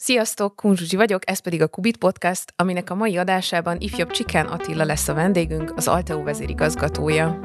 Sziasztok, Kun Zsuzsi vagyok, ez pedig a Kubit Podcast, aminek a mai adásában ifjabb Csikán Attila lesz a vendégünk, az Alteo vezérigazgatója.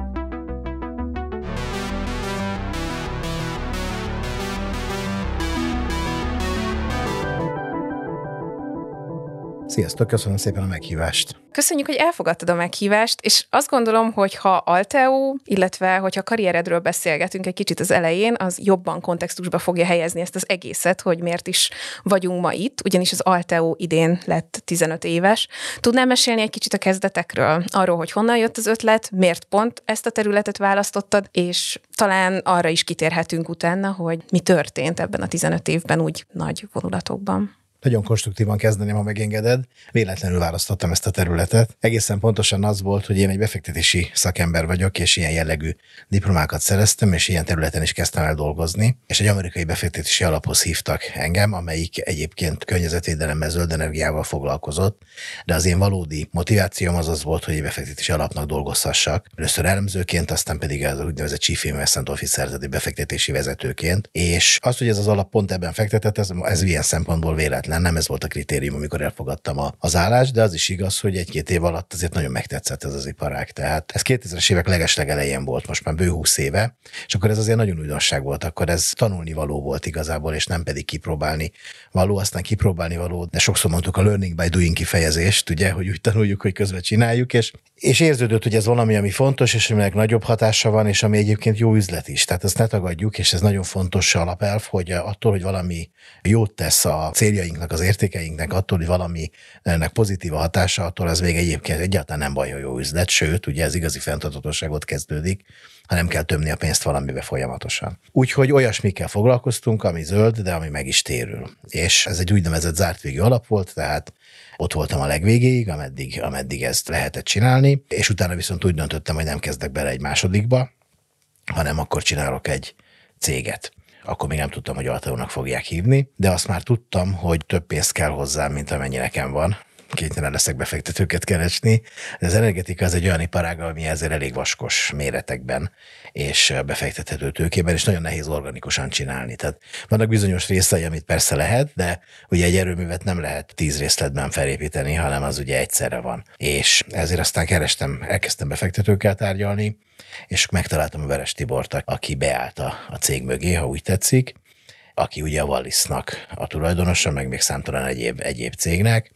Sziasztok, köszönöm szépen a meghívást. Köszönjük, hogy elfogadtad a meghívást, és azt gondolom, hogy ha Alteo, illetve hogyha karrieredről beszélgetünk egy kicsit az elején, az jobban kontextusba fogja helyezni ezt az egészet, hogy miért is vagyunk ma itt, ugyanis az Alteo idén lett 15 éves. Tudnál mesélni egy kicsit a kezdetekről, arról, hogy honnan jött az ötlet, miért pont ezt a területet választottad, és talán arra is kitérhetünk utána, hogy mi történt ebben a 15 évben úgy nagy vonulatokban. Nagyon konstruktívan kezdeném, ha megengeded. Véletlenül választottam ezt a területet. Egészen pontosan az volt, hogy én egy befektetési szakember vagyok, és ilyen jellegű diplomákat szereztem, és ilyen területen is kezdtem el dolgozni. És egy amerikai befektetési alaphoz hívtak engem, amelyik egyébként környezetvédelemmel, zöld energiával foglalkozott, de az én valódi motivációm az volt, hogy egy befektetési alapnak dolgozhassak. Először elemzőként, aztán pedig az úgynevezett Chief Investment Officer, tehát befektetési vezetőként. És az, hogy ez az alap pont ebben fektetett, ez ilyen szempontból véletlen. Nem ez volt a kritérium, amikor elfogadtam az állást, de az is igaz, hogy egy-két év alatt azért nagyon megtetszett ez az iparág. Tehát ez 2000-es évek legeslegelején volt, most már bő 20 éve, és akkor ez azért nagyon újdonság volt, akkor ez tanulni való volt igazából, és nem pedig kipróbálni való, aztán kipróbálni való, de sokszor mondtuk a learning by doing kifejezést, ugye, hogy úgy tanuljuk, hogy közben csináljuk, és érződött, hogy ez valami, ami fontos, és aminek nagyobb hatása van, és ami egyébként jó üzlet is. Tehát ezt ne tagadjuk, és ez nagyon fontos alapelv, hogy attól, hogy valami jót tesz a céljainknak, az értékeinknek, attól, hogy valami ennek pozitív a hatása, attól az még egyébként egyáltalán nem baj, hogy jó üzlet, sőt, ugye ez igazi fenntarthatóságot kezdődik, ha nem kell tömni a pénzt valamibe folyamatosan. Úgyhogy olyasmikkel foglalkoztunk, ami zöld, de ami meg is térül. És ez egy úgynevezett zárt végű alap volt, tehát ott voltam a legvégéig, ameddig ezt lehetett csinálni, és utána viszont úgy döntöttem, hogy nem kezdek bele egy másodikba, hanem akkor csinálok egy céget. Akkor még nem tudtam, hogy Alteónak fogják hívni, de azt már tudtam, hogy több pénzt kell hozzá, mint amennyi nekem van. Kénytelen leszek befektetőket keresni. De az energetika az egy olyan iparág, ami ezért elég vaskos méretekben és befektethető tőkében, és nagyon nehéz organikusan csinálni. Tehát vannak bizonyos részei, amit persze lehet, de ugye egy erőművet nem lehet 10 részletben felépíteni, hanem az ugye egyszerre van. És ezért aztán elkezdtem befektetőkkel tárgyalni, és megtaláltam a Veres Tibort, aki beállt a cég mögé, ha úgy tetszik, aki ugye a Wallisnak a tulajdonosa, meg még számtalan egyéb cégnek,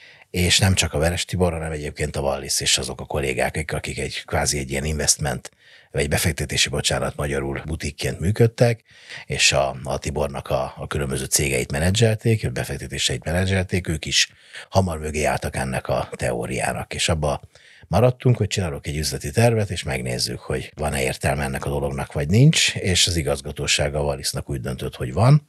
és nem csak a Veres Tibor, hanem egyébként a Wallis és azok a kollégák, akik egy ilyen investment, vagy befektetési, magyarul butikként működtek, és a Tibornak a különböző cégeit menedzselték, befektetéseit menedzselték, ők is hamar mögé álltak ennek a teóriának, és abba maradtunk, hogy csinálok egy üzleti tervet, és megnézzük, hogy van-e értelme ennek a dolognak, vagy nincs, és az igazgatósága a Wallisnak úgy döntött, hogy van,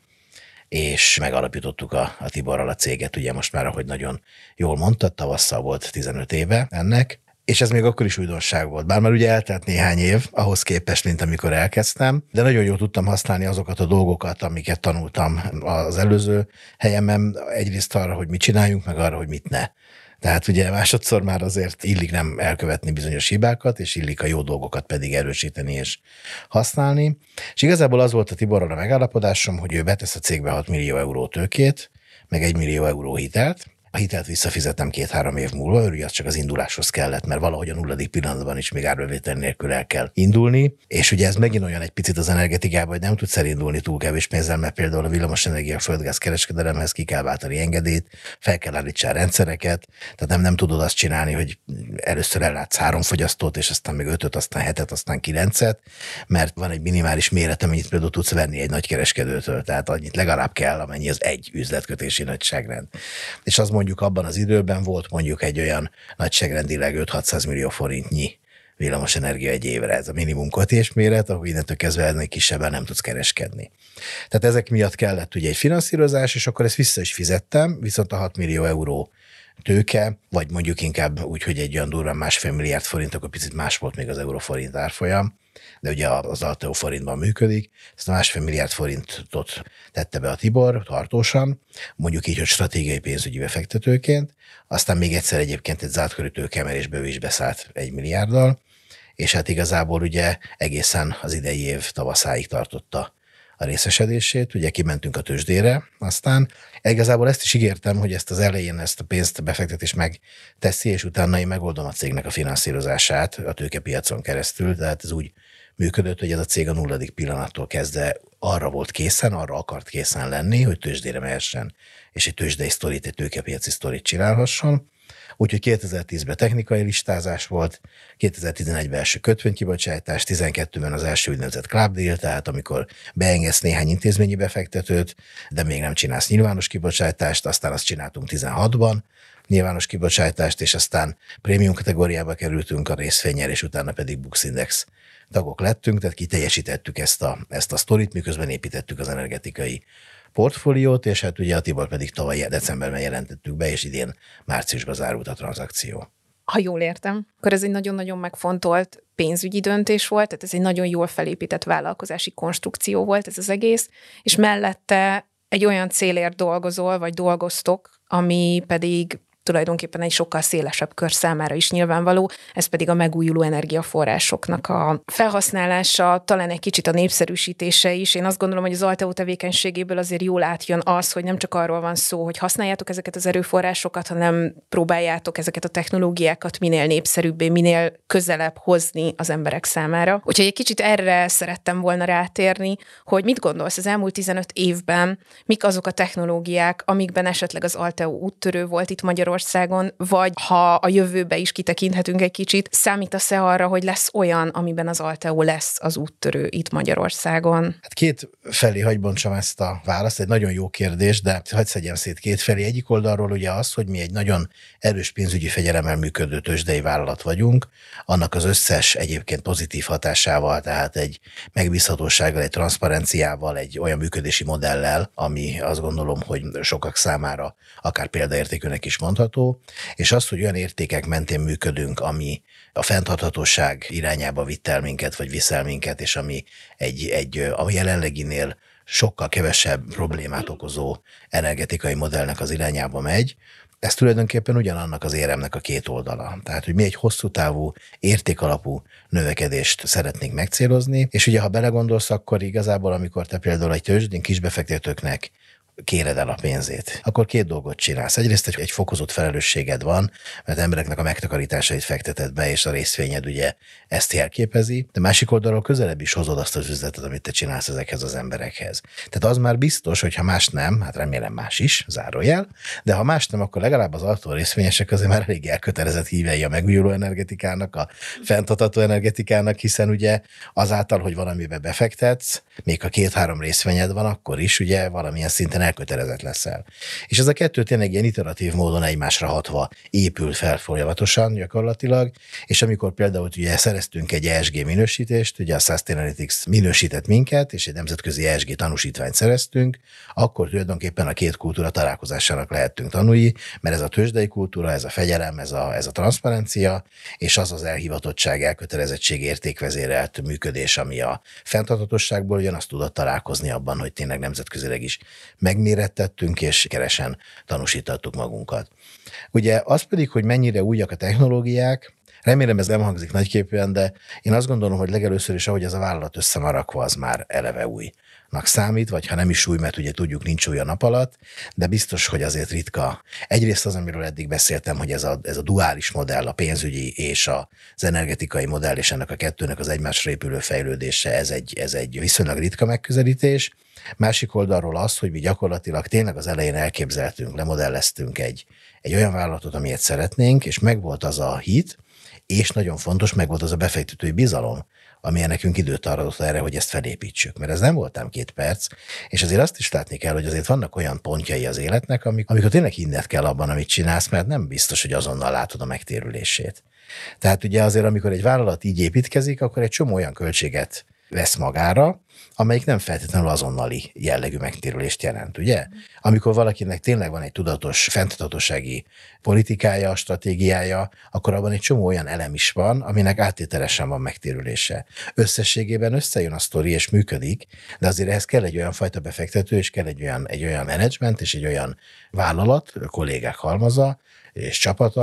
és megalapítottuk a Tiborral a céget, ugye most már, ahogy nagyon jól mondtad, tavasszal volt 15 éve ennek, és ez még akkor is újdonság volt. Bár már ugye eltelt néhány év, ahhoz képest, mint amikor elkezdtem, de nagyon jól tudtam használni azokat a dolgokat, amiket tanultam az előző helyemen, egyrészt arra, hogy mit csináljunk, meg arra, hogy mit ne. Tehát ugye másodszor már azért illik nem elkövetni bizonyos hibákat, és illik a jó dolgokat pedig erősíteni és használni. És igazából az volt a Tiborral a megállapodásom, hogy ő betesz a cégbe 6 millió euró tőkét, meg 1 millió euró hitelt. A hitelt visszafizetem 2-3 év múlva, örülj, az csak az induláshoz kellett, mert valahogy a nulladik pillanatban is még árbevétel nélkül el kell indulni, és ugye ez megint olyan egy picit az energetikában, hogy nem tudsz elindulni túl kevés pénzzel, mert például a villamosenergia földgáz kereskedelemhez ki kell váltani engedélyt, fel kell állítsál rendszereket, tehát nem tudod azt csinálni, hogy először ellátsz 3 fogyasztót, és aztán még 5-öt, aztán 7-et, aztán 9-et, mert van egy minimális méret, amennyit például tudsz venni egy nagy kereskedőtől, tehát annyit legalább kell, amennyi az egy üzletkötési nagyságrend. És az mondjuk abban az időben volt mondjuk egy olyan nagyságrendileg 5-600 millió forintnyi villamosenergia egy évre. Ez a minimum kötésméret, ahol innentől kezdve ennél kisebben nem tudsz kereskedni. Tehát ezek miatt kellett ugye egy finanszírozás, és akkor ezt vissza is fizettem, viszont a 6 millió euró tőke, vagy mondjuk inkább úgy, hogy egy olyan durván 1,5 milliárd forint, akkor picit más volt még az euró-forint árfolyam, de ugye az Alteo forintban működik, ezt a 1,5 milliárd forintot tette be a Tibor tartósan, mondjuk így, hogy stratégiai pénzügyi befektetőként, aztán még egyszer egyébként egy zártkörű tőkeemelésbe ő is beszállt 1 milliárddal, és hát igazából ugye egészen az idei év tavaszáig tartotta a részesedését, ugye kimentünk a tőzsdére, aztán igazából ezt is ígértem, hogy ezt az elején ezt a pénzt befektetés megteszi, és utána én megoldom a cégnek a finanszírozását a tőkepiacon keresztül, tehát ez úgy működött, hogy ez a cég a 0. pillanattól kezdve arra volt készen, arra akart készen lenni, hogy tőzsdére mehessen, és egy tőzsdei sztorit, egy tőkepiaci sztorit csinálhasson. Úgyhogy 2010-ben technikai listázás volt, 2011-ben első kötvénykibocsátás, 2012-ben az első úgynevezett club deal, tehát amikor beengedsz néhány intézményi befektetőt, de még nem csinálsz nyilvános kibocsátást, aztán azt csináltunk 16-ban, nyilvános kibocsátást, és aztán prémium kategóriába kerültünk a részvénnyel, és utána pedig Bux Index tagok lettünk, tehát kiteljesítettük ezt a sztorit, miközben építettük az energetikai portfóliót, és hát ugye a Tibor pedig tavaly decemberben jelentettük be, és idén márciusban zárult a tranzakció. Ha jól értem, akkor ez egy nagyon-nagyon megfontolt pénzügyi döntés volt, tehát ez egy nagyon jól felépített vállalkozási konstrukció volt ez az egész, és mellette egy olyan célért dolgozol, vagy dolgoztok, ami pedig tulajdonképpen egy sokkal szélesebb kör számára is nyilvánvaló, ez pedig a megújuló energiaforrásoknak a felhasználása, talán egy kicsit a népszerűsítése is. Én azt gondolom, hogy az Alteo tevékenységéből azért jól átjön az, hogy nem csak arról van szó, hogy használjátok ezeket az erőforrásokat, hanem próbáljátok ezeket a technológiákat minél népszerűbbé, minél közelebb hozni az emberek számára. Úgyhogy egy kicsit erre szerettem volna rátérni, hogy mit gondolsz az elmúlt 15 évben, mik azok a technológiák, amikben esetleg az Alteo úttörő volt itt Magyarországon, vagy ha a jövőbe is kitekinthetünk egy kicsit, számítasz-e arra, hogy lesz olyan, amiben az Alteo lesz az úttörő itt Magyarországon? Hát két felé hagy bontsam ezt a választ, egy nagyon jó kérdés, de hadd szedjem szét két felé. Egyik oldalról ugye az, hogy mi egy nagyon erős pénzügyi fegyelemmel működő tőzsdei vállalat vagyunk, annak az összes egyébként pozitív hatásával, tehát egy megbízhatósággal, egy transzparenciával, egy olyan működési modellel, ami azt gondolom, hogy sokak számára akár példaértékűnek is mondható, és az, hogy olyan értékek mentén működünk, ami a fenntarthatóság irányába vitt el minket, vagy viszel minket, és ami a jelenleginél sokkal kevesebb problémát okozó energetikai modellnek az irányába megy, ez tulajdonképpen ugyanannak az éremnek a két oldala. Tehát, hogy mi egy hosszú távú, értékalapú növekedést szeretnénk megcélozni, és ugye, ha belegondolsz, akkor igazából, amikor te például egy tőzsdén kisbefektetőknek kéred el a pénzét, akkor két dolgot csinálsz. Egyrészt egy fokozott felelősséged van, mert embereknek a megtakarításait fekteted be, és a részvényed ugye ezt jelképezi, de másik oldalról közelebb is hozod azt az üzletet, amit te csinálsz ezekhez az emberekhez. Tehát az már biztos, hogy ha más nem, hát remélem más is, zárójel, de ha más nem, akkor legalább az Alteo részvényesek azért már elég elkötelezett hívei a megújuló energetikának, a fenntartható energetikának, hiszen ugye azáltal, hogy valamibe befektetsz, még ha 2-3 részvényed van, akkor is ugye valamilyen szinten elkötelezett leszel. És ez a kettő tényleg ilyen iteratív módon egymásra hatva épül fel folyamatosan gyakorlatilag, és amikor például ugye szereztünk egy ESG minősítést, ugye a Sustainalytics minősített minket, és egy nemzetközi ESG tanúsítványt szereztünk, akkor tulajdonképpen a két kultúra találkozásának lehettünk tanúi, mert ez a tőzsdei kultúra, ez a fegyelem, ez a transzparencia, és az az elhivatottság, elkötelezettség, értékvezérelt működés, ami a fenntarthatóságból jön, azt tudott találkozni abban, hogy tényleg nemzetközileg is megmérettettünk, és keresen tanúsítottuk magunkat. Ugye az pedig, hogy mennyire újak a technológiák, remélem ez nem hangzik nagyképűen, de én azt gondolom, hogy legelőször is, ahogy ez a vállalat össze van rakva, az már eleve újnak számít, vagy ha nem is új, mert ugye tudjuk, nincs új a nap alatt, de biztos, hogy azért ritka. Egyrészt az, amiről eddig beszéltem, hogy ez a duális modell, a pénzügyi és az energetikai modell, és ennek a kettőnek az egymásra épülő fejlődése, ez egy viszonylag ritka megközelítés. Másik oldalról az, hogy mi gyakorlatilag tényleg az elején elképzeltünk, lemodelleztünk egy olyan vállalatot, amilyet szeretnénk, és megvolt az a hit, és nagyon fontos, megvolt az a befektetői bizalom, amilyen nekünk időt adott erre, hogy ezt felépítsük. Mert ez nem volt ám 2 perc, és azért azt is látni kell, hogy azért vannak olyan pontjai az életnek, amikor tényleg hinned kell abban, amit csinálsz, mert nem biztos, hogy azonnal látod a megtérülését. Tehát ugye azért, amikor egy vállalat így építkezik, akkor egy csomó olyan költséget vesz magára, amelyik nem feltétlenül azonnali jellegű megtérülést jelent, ugye? Amikor valakinek tényleg van egy tudatos fenntarthatósági politikája, stratégiája, akkor abban egy csomó olyan elem is van, aminek áttételesen van megtérülése. Összességében összejön a sztori és működik, de azért ehhez kell egy olyan fajta befektető, és kell egy olyan menedzsment, és egy olyan vállalat, kollégák halmaza és csapata,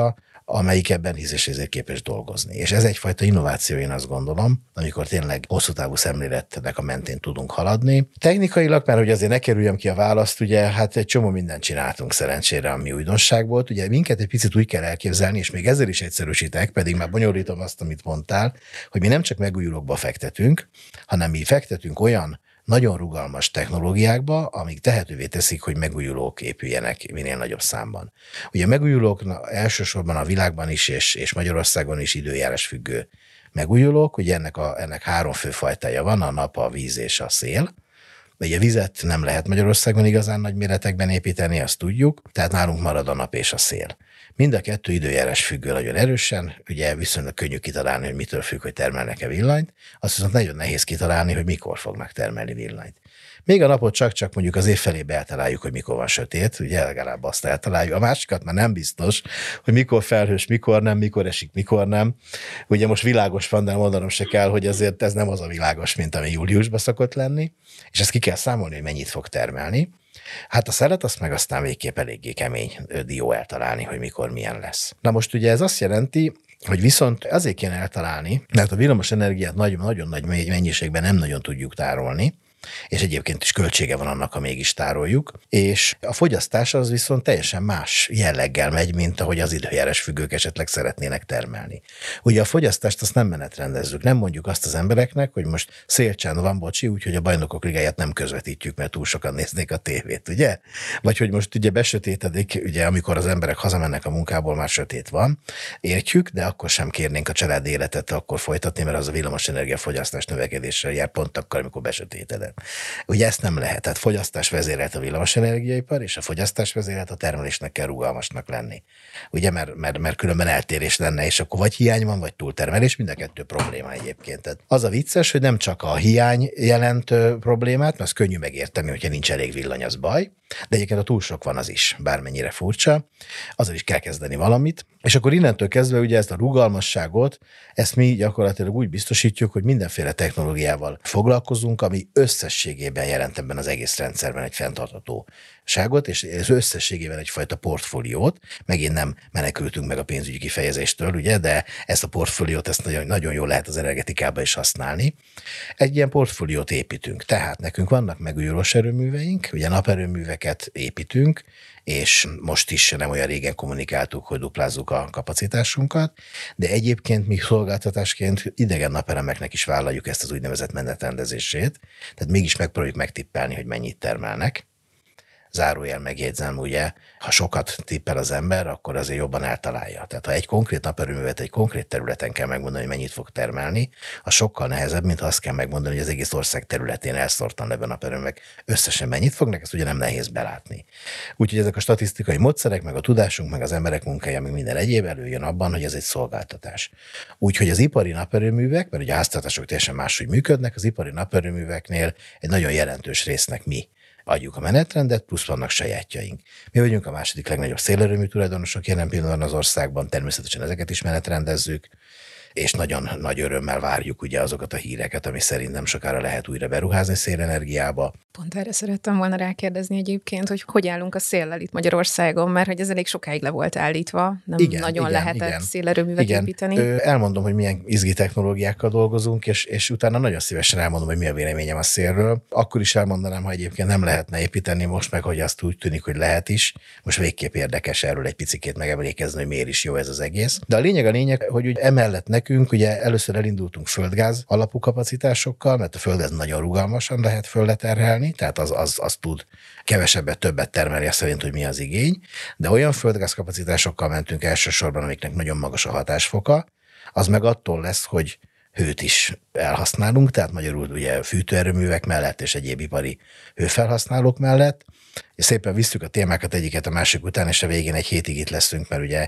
amelyik ebben hisz és ezért képes dolgozni. És ez egyfajta innováció, én azt gondolom, amikor tényleg hosszú távú szemléletnek a mentén tudunk haladni. Technikailag, mert hogy azért ne kerüljem ki a választ, ugye hát egy csomó mindent csináltunk szerencsére, ami újdonság volt. Ugye minket egy picit úgy kell elképzelni, és még ezzel is egyszerűsítek, pedig már bonyolítom azt, amit mondtál, hogy mi nem csak megújulókba fektetünk, hanem mi fektetünk olyan nagyon rugalmas technológiákba, amik tehetővé teszik, hogy megújulók épüljenek minél nagyobb számban. Ugye a megújulók elsősorban a világban is és Magyarországon is időjárás függő megújulók, ugye ennek három fő fajtája van, a nap, a víz és a szél. Ugye a vizet nem lehet Magyarországon igazán nagy méretekben építeni, azt tudjuk, tehát nálunk marad a nap és a szél. Mind a kettő időjárás függő nagyon erősen, ugye viszonylag könnyű kitalálni, hogy mitől függ, hogy termelnek-e villanyt, azt viszont nagyon nehéz kitalálni, hogy mikor fognak termelni villanyt. Még a napot csak mondjuk az év felébe eltaláljuk, hogy mikor van sötét, ugye legalább azt eltaláljuk. A másikat már nem biztos, hogy mikor felhős, mikor nem, mikor esik, mikor nem. Ugye most világos van, de mondanom se kell, hogy azért ez nem az a világos, mint ami júliusban szokott lenni, és ezt ki kell számolni, hogy mennyit fog termelni. Hát a szelet azt meg aztán végképp eléggé kemény dió eltalálni, hogy mikor milyen lesz. Na most ugye ez azt jelenti, hogy viszont azért kéne eltalálni, mert a villamos energiát nagyon nagy mennyiségben nem nagyon tudjuk tárolni, és egyébként is költsége van annak, ha mégis tároljuk, és a fogyasztás az viszont teljesen más jelleggel megy, mint ahogy az időjárás függők esetleg szeretnének termelni. Ugye a fogyasztást azt nem menetrendezzük, nem mondjuk azt az embereknek, hogy most szélcsend van, bocsi, úgyhogy a Bajnokok Ligáját nem közvetítjük, mert túl sokan néznék a tévét, ugye? Vagy hogy most ugye besötétedik, ugye amikor az emberek hazamennek a munkából, már sötét van, értjük, de akkor sem kérnénk a család életet akkor folytatni, mert az a villamos energiafogyasztás növekedéssel jár pont akkor, amikor besötétedett. Ugye ezt nem lehet, tehát fogyasztás vezérelt a villamos energiaipar, és a fogyasztás vezérelt a termelésnek kell rugalmasnak lenni. Ugye, mert különben eltérés lenne, és akkor vagy hiány van, vagy túltermelés, mind a kettő probléma egyébként. Tehát az a vicces, hogy nem csak a hiány jelent problémát, mert az könnyű megérteni, hogyha nincs elég villany, az baj, de egyébként a túl sok van az is, bármennyire furcsa, azzal is kell kezdeni valamit, és akkor innentől kezdve ugye ezt a rugalmasságot, ezt mi gyakorlatilag úgy biztosítjuk, hogy mindenféle technológiával foglalkozunk, ami összességében jelent ebben az egész rendszerben egy fenntarthatóságot, és ez összességében egyfajta portfóliót, megint nem menekültünk meg a pénzügyi kifejezéstől, ugye, de ezt a portfóliót ezt nagyon, nagyon jól lehet az energetikában is használni. Egy ilyen portfóliót építünk, tehát nekünk vannak megújulós erőműveink, ugye naperőműveket építünk, és most is nem olyan régen kommunikáltuk, hogy duplázzuk a kapacitásunkat, de egyébként mi szolgáltatásként idegen napelemeknek is vállaljuk ezt az úgynevezett menetrendezését, tehát mégis megpróbáljuk megtippelni, hogy mennyit termelnek. Zárójel megjegyzem, ugye, ha sokat tippel az ember, akkor azért jobban eltalálja. Tehát ha egy konkrét naperőművet egy konkrét területen kell megmondani, hogy mennyit fog termelni, az sokkal nehezebb, mint ha azt kell megmondani, hogy az egész ország területén elszórtan levő naperőművek összesen mennyit fognak, ezt ugye nem nehéz belátni. Úgyhogy ezek a statisztikai módszerek, meg a tudásunk, meg az emberek munkája, meg minden egyéb előjön abban, hogy ez egy szolgáltatás. Úgyhogy az ipari naperőművek, mert ugye a háztartások teljesen máshogy működnek, az ipari naperőműveknél egy nagyon jelentős résznek mi adjuk a menetrendet, plusz vannak sajátjaink. Mi vagyunk a második legnagyobb szélerőmű tulajdonosok jelen pillanatban az országban, természetesen ezeket is menetrendezzük, és nagyon nagy örömmel várjuk ugye azokat a híreket, ami szerint nem sokára lehet újra beruházni szélenergiába. Pont erre szerettem volna rákérdezni egyébként, hogy állunk a széllel itt Magyarországon, mert hogy ez elég sokáig le volt állítva, nem nagyon lehetett szélerőművet építeni. Elmondom, hogy milyen izgi technológiákkal dolgozunk, és utána nagyon szívesen elmondom, hogy mi a véleményem a szélről. Akkor is elmondanám, ha egyébként nem lehetne építeni most, meg hogy azt úgy tűnik, hogy lehet is. Most végképp érdekes erről egy picikét megemlékezni, hogy miért is jó ez az egész. De a lényeg, hogy ugye emellett nekünk ugye először elindultunk földgáz alapú kapacitásokkal, mert a földgáz nagyon rugalmasan lehet földet terhelni, tehát az tud kevesebbet, többet termelni, azt szerint, hogy mi az igény, de olyan földgázkapacitásokkal mentünk elsősorban, amiknek nagyon magas a hatásfoka, az meg attól lesz, hogy hőt is elhasználunk, tehát magyarul ugye fűtőerőművek mellett és egyéb ipari hőfelhasználók mellett, és szépen visszük a témákat egyiket a másik után, és a végén egy hétig itt leszünk, mert ugye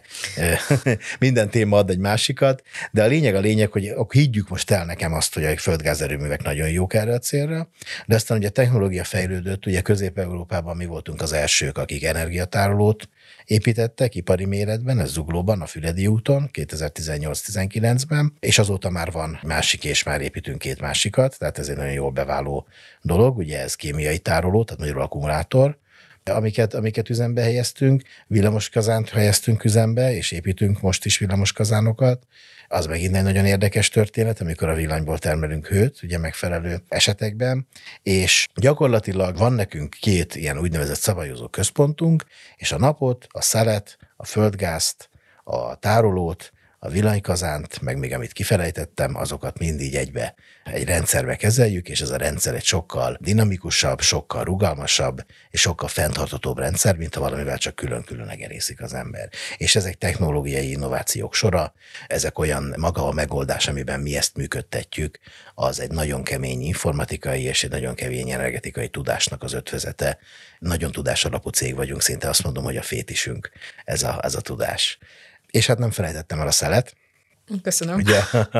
minden téma ad egy másikat, de a lényeg, hogy higgyük most el nekem azt, hogy a földgázerőművek nagyon jók erre a célra, de aztán ugye a technológia fejlődött, ugye Közép-Európában mi voltunk az elsők, akik energiatárolót építettek ipari méretben, ez Zuglóban, a Füredi úton 2018-19-ben, és azóta már van másik, és már építünk két másikat, tehát ez egy nagyon jól beváló dolog, ugye ez kémiai tároló, tehát magyarul akkumulátor, amiket üzembe helyeztünk, villamoskazánt helyeztünk üzembe, és építünk most is villamoskazánokat. Az megint egy nagyon érdekes történet, amikor a villanyból termelünk hőt, ugye megfelelő esetekben, és gyakorlatilag van nekünk 2 ilyen úgynevezett szabályozó központunk, és a napot, a szelet, a földgázt, a tárolót, a villanykazánt, meg még amit kifelejtettem, azokat mind így egy rendszerbe kezeljük, és ez a rendszer egy sokkal dinamikusabb, sokkal rugalmasabb, és sokkal fenntarthatóbb rendszer, mint ha valamivel csak külön-külön egerészik az ember. És ezek technológiai innovációk sora, ezek olyan maga a megoldás, amiben mi ezt működtetjük, az egy nagyon kemény informatikai és egy nagyon kemény energetikai tudásnak az ötvözete. Nagyon tudásalapú cég vagyunk, szinte azt mondom, hogy a fétisünk ez a tudás. És hát nem felejtettem el a szelet. Köszönöm. Ugye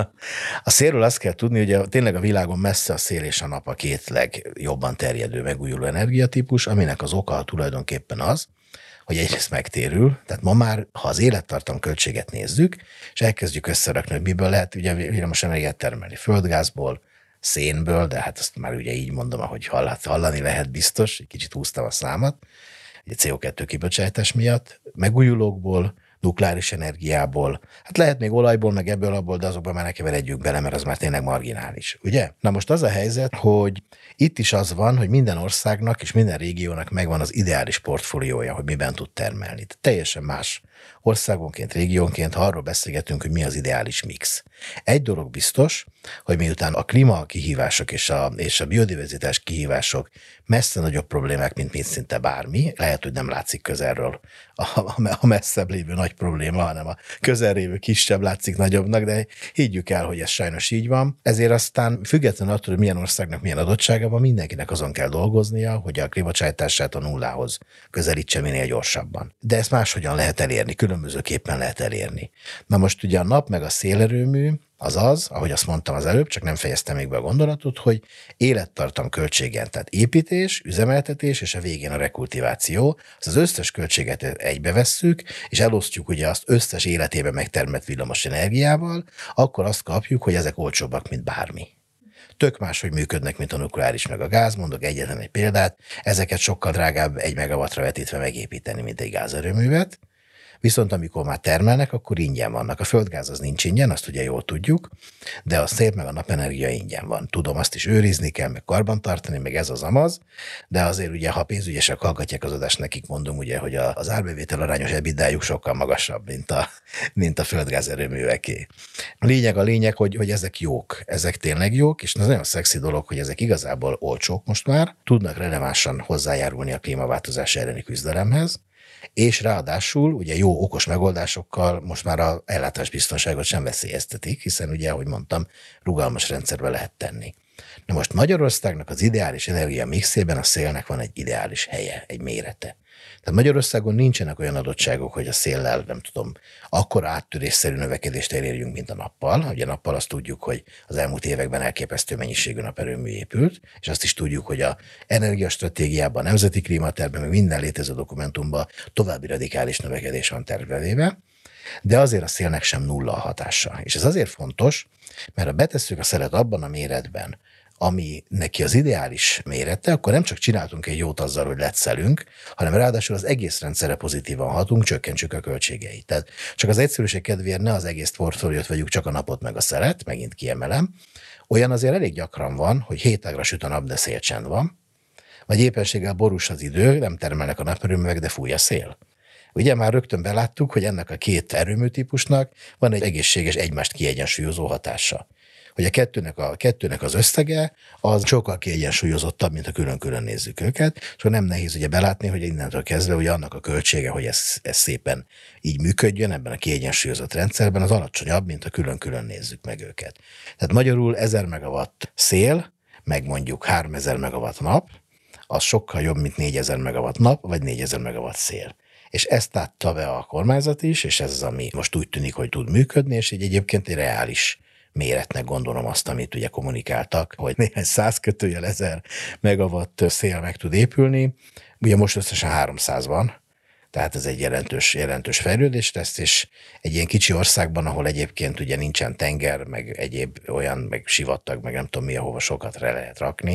a szélről azt kell tudni, hogy tényleg a világon messze a szél és a nap a 2 legjobban terjedő megújuló energiatípus, aminek az oka tulajdonképpen az, hogy egyrészt megtérül, tehát ma már, ha az élettartam költséget nézzük, és elkezdjük összerakni, hogy miből lehet ugye villamos energiát termelni, földgázból, szénből, de hát azt már ugye így mondom, ahogy hallani lehet biztos, egy kicsit húztam a számat, egy CO2 kibocsátás miatt, megújulókból, nukleáris energiából, hát lehet még olajból, meg ebből abból, de azokban már ne keveredjük bele, mert az már tényleg marginális, ugye? Na most az a helyzet, hogy itt is az van, hogy minden országnak és minden régiónak megvan az ideális portfóliója, hogy miben tud termelni. Teljesen más országonként, régiónként, ha arról beszélgetünk, hogy mi az ideális mix. Egy dolog biztos, hogy miután a klíma kihívások és a biodiverzitás kihívások messze nagyobb problémák, mint szinte bármi, lehet, hogy nem látszik közelről a messzebb lévő nagy probléma, hanem a közelrévő kisebb látszik nagyobbnak, de higgyük el, hogy ez sajnos így van. Ezért aztán függetlenül attól, hogy milyen országnak milyen adottsága van, mindenkinek azon kell dolgoznia, hogy a klímabocsátását a nullához közelítse minél gyorsabban. De ezt máshogyan lehet elérni, különbözőképpen lehet elérni. Na most ugye a nap meg a szélerőmű az, ahogy azt mondtam az előbb, csak nem fejeztem még be a gondolatot, hogy élettartam költségen, tehát építés, üzemeltetés és a végén a rekultiváció, az összes költséget egybevesszük, és elosztjuk ugye azt összes életében megtermelt villamos energiával, akkor azt kapjuk, hogy ezek olcsóbbak, mint bármi. Tök máshogy működnek, mint a nukleáris meg a gáz, mondok egyetlen egy példát, ezeket sokkal drágább 1 megawattra vetítve megépíteni, mint egy gázerőművet. Viszont amikor már termelnek, akkor ingyen vannak. A földgáz az nincs ingyen, azt ugye jól tudjuk, de a szél meg a napenergia ingyen van. Tudom, azt is őrizni kell, meg karbantartani, meg ez az amaz, de azért ugye, ha pénzügyesek hallgatják az adást, nekik mondom ugye, hogy az árbevétel arányos EBITDA-juk sokkal magasabb, mint a földgáz erőműveké. A lényeg, hogy ezek jók, ezek tényleg jók, és ez nagyon szexi dolog, hogy ezek igazából olcsók most már, tudnak relevánsan hozzájárulni a klímaváltozás elleni küzdelemhez, és ráadásul ugye jó okos megoldásokkal most már az ellátásbiztonságot sem veszélyeztetik, hiszen ugye, ahogy mondtam, rugalmas rendszerbe lehet tenni. Na most Magyarországnak az ideális energia mixében a szélnek van egy ideális helye, egy mérete. Tehát Magyarországon nincsenek olyan adottságok, hogy a széllel, nem tudom, akkora áttörésszerű növekedést elérjünk, mint a nappal. Ugye a nappal azt tudjuk, hogy az elmúlt években elképesztő mennyiségű naperőmű épült, és azt is tudjuk, hogy a energiastratégiában, a nemzeti klímatervben, meg minden létező dokumentumban további radikális növekedés van tervezve, de azért a szélnek sem nulla a hatása. És ez azért fontos, mert ha betesszük a szelet abban a méretben, ami neki az ideális mérete, akkor nem csak csináltunk egy jót azzal, hogy letszelünk, hanem ráadásul az egész rendszerre pozitívan hatunk, csökkentsük a költségeit. Tehát csak az egyszerűség kedvéért ne az egész portfóliót vegyük, csak a napot meg a szelet, megint kiemelem. Olyan azért elég gyakran van, hogy 7 ágra süt a nap, de szélcsend van, vagy éppenséggel borús az idő, nem termelnek a naperőművek, de fúj a szél. Ugye már rögtön beláttuk, hogy ennek a 2 erőműtípusnak van egy egészséges, egymást kiegyensúlyozó hatása. Hogy a kettőnek az összege az sokkal kiegyensúlyozottabb, mint ha külön-külön nézzük őket, és akkor nem nehéz ugye belátni, hogy innentől kezdve ugye annak a költsége, hogy ez szépen így működjön ebben a kiegyensúlyozott rendszerben, az alacsonyabb, mint ha külön-külön nézzük meg őket. Tehát magyarul 1000 megawatt szél, meg mondjuk 3000 megawatt nap, az sokkal jobb, mint 4000 megawatt nap, vagy 4000 megawatt szél. És ezt látta be a kormányzat is, és ez az, ami most úgy tűnik, hogy tud működni, és így egyébként egy reális méretnek gondolom azt, amit ugye kommunikáltak, hogy néhány 100-1000 megawatt szél meg tud épülni. Ugye most összesen 300 van, tehát ez egy jelentős fejlődés lesz, és egy ilyen kicsi országban, ahol egyébként ugye nincsen tenger, meg egyéb olyan, meg sivatag, meg nem tudom mi, ahova sokat le lehet rakni,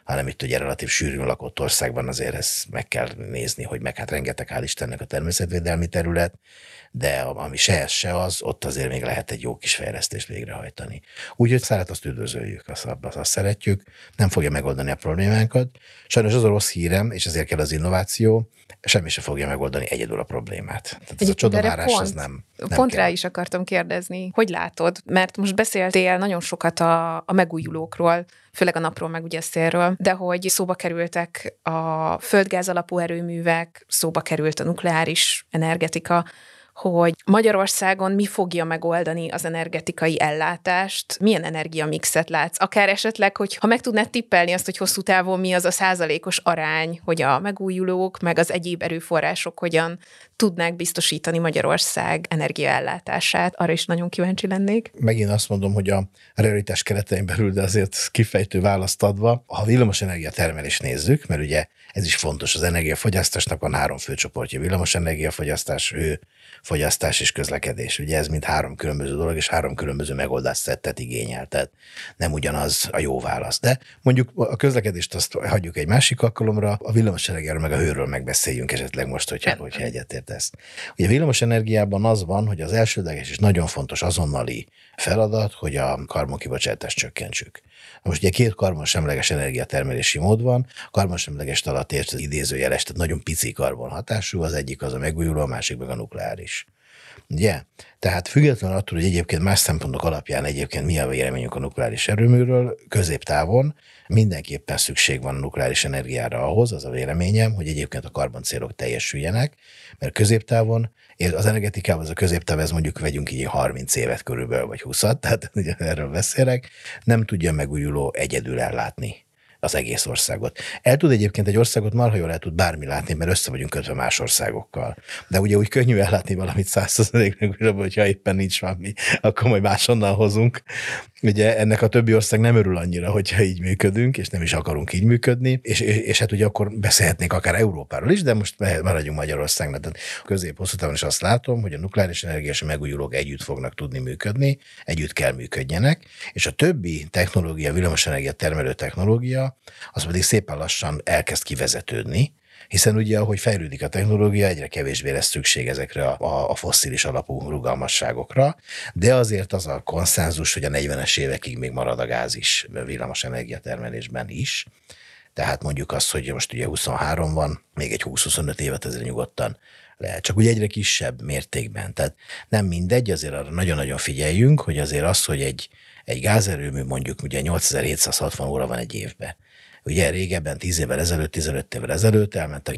hanem itt ugye relatív sűrűn lakott országban azért ezt meg kell nézni, hogy meg hát rengeteg, hál' Istennek, a természetvédelmi terület, de ami se ez, se az, ott azért még lehet egy jó kis fejlesztést végrehajtani. Úgyhogy Szárat azt üdvözöljük, azt szeretjük, nem fogja megoldani a problémánkat. Sajnos az a rossz hírem, és ezért kell az innováció, semmi se fogja megoldani egyedül a problémát. Tehát ez a csodavárás, az nem pont kell. Rá is akartam kérdezni, hogy látod, mert most beszéltél nagyon sokat a megújulókról, főleg a napról, meg ugye a szélről, de hogy szóba kerültek a földgáz alapú erőművek, szóba került a nukleáris energetika, hogy Magyarországon mi fogja megoldani az energetikai ellátást, milyen energiamixet látsz, akár esetleg, hogy ha meg tudnád tippelni azt, hogy hosszú távon mi az a százalékos arány, hogy a megújulók, meg az egyéb erőforrások hogyan tudnák biztosítani Magyarország energiaellátását, arra is nagyon kíváncsi lennék. Megint azt mondom, hogy a realitás keretein belül, de azért kifejtő választ adva, ha a villamosenergia termelést nézzük, mert ugye ez is fontos, az energiafogyasztásnak van 3 főcsoportja: villamosenergiafogyasztás, hőfogyasztás és közlekedés. Ugye ez mind 3 különböző dolog, és 3 különböző megoldásszettet igényel, tehát nem ugyanaz a jó válasz. De mondjuk a közlekedést azt hagyjuk egy másik alkalomra, a villamosenergiáról meg a hőről megbeszéljünk esetleg most, hogyha egyetértesz. Ugye a villamosenergiában az van, hogy az elsődleges és nagyon fontos azonnali feladat, hogy a karbonkibocsátást csökkentsük. Most ugye 2 karbonsemleges energiatermelési mód van, a karbonsemleges alatt ért az idézőjeles, tehát nagyon pici karbonhatású, az egyik az a megújuló, a másik meg a nukleáris. Ugye? Tehát függetlenül attól, hogy egyébként más szempontok alapján egyébként mi a véleményünk a nukleáris erőműről, középtávon mindenképpen szükség van a nukleáris energiára ahhoz, az a véleményem, hogy egyébként a karboncélok teljesüljenek, mert középtávon, az energetikában az a középtáv, ez mondjuk vegyünk így 30 évet körülbelül, vagy 20-at, tehát ugye erről beszélek, nem tudja megújuló egyedül ellátni az egész országot. El tud egyébként egy országot marha jól el tud bármi látni, mert össze vagyunk kötve más országokkal. De ugye úgy könnyű ellátni valamit 100%-ig, hogyha éppen nincs valami, akkor majd máshonnan hozunk. Ugye ennek a többi ország nem örül annyira, hogyha így működünk, és nem is akarunk így működni, és hát ugye akkor beszélhetnénk akár Európáról is, de most maradjunk Magyarországnak. Tehát közép-hosszú távon is azt látom, hogy a nukleáris energia és a megújulók együtt fognak tudni működni, együtt kell működjenek, és a többi technológia, villamosenergia termelő technológia, az pedig szépen lassan elkezd kivezetődni, hiszen ugye, ahogy fejlődik a technológia, egyre kevésbé lesz szükség ezekre a fosszilis alapú rugalmasságokra, de azért az a konszenzus, hogy a 40-es évekig még marad a gáz is villamos energiatermelésben is. Tehát mondjuk azt, hogy most ugye 23 van, még egy 20-25 évet ezért nyugodtan lehet. Csak ugye egyre kisebb mértékben. Tehát nem mindegy, azért arra nagyon-nagyon figyeljünk, hogy azért az, hogy egy gázerőmű mondjuk ugye 8760 óra van egy évben. Ugye régebben 10 évvel ezelőtt, 15 évvel ezelőtt elmentek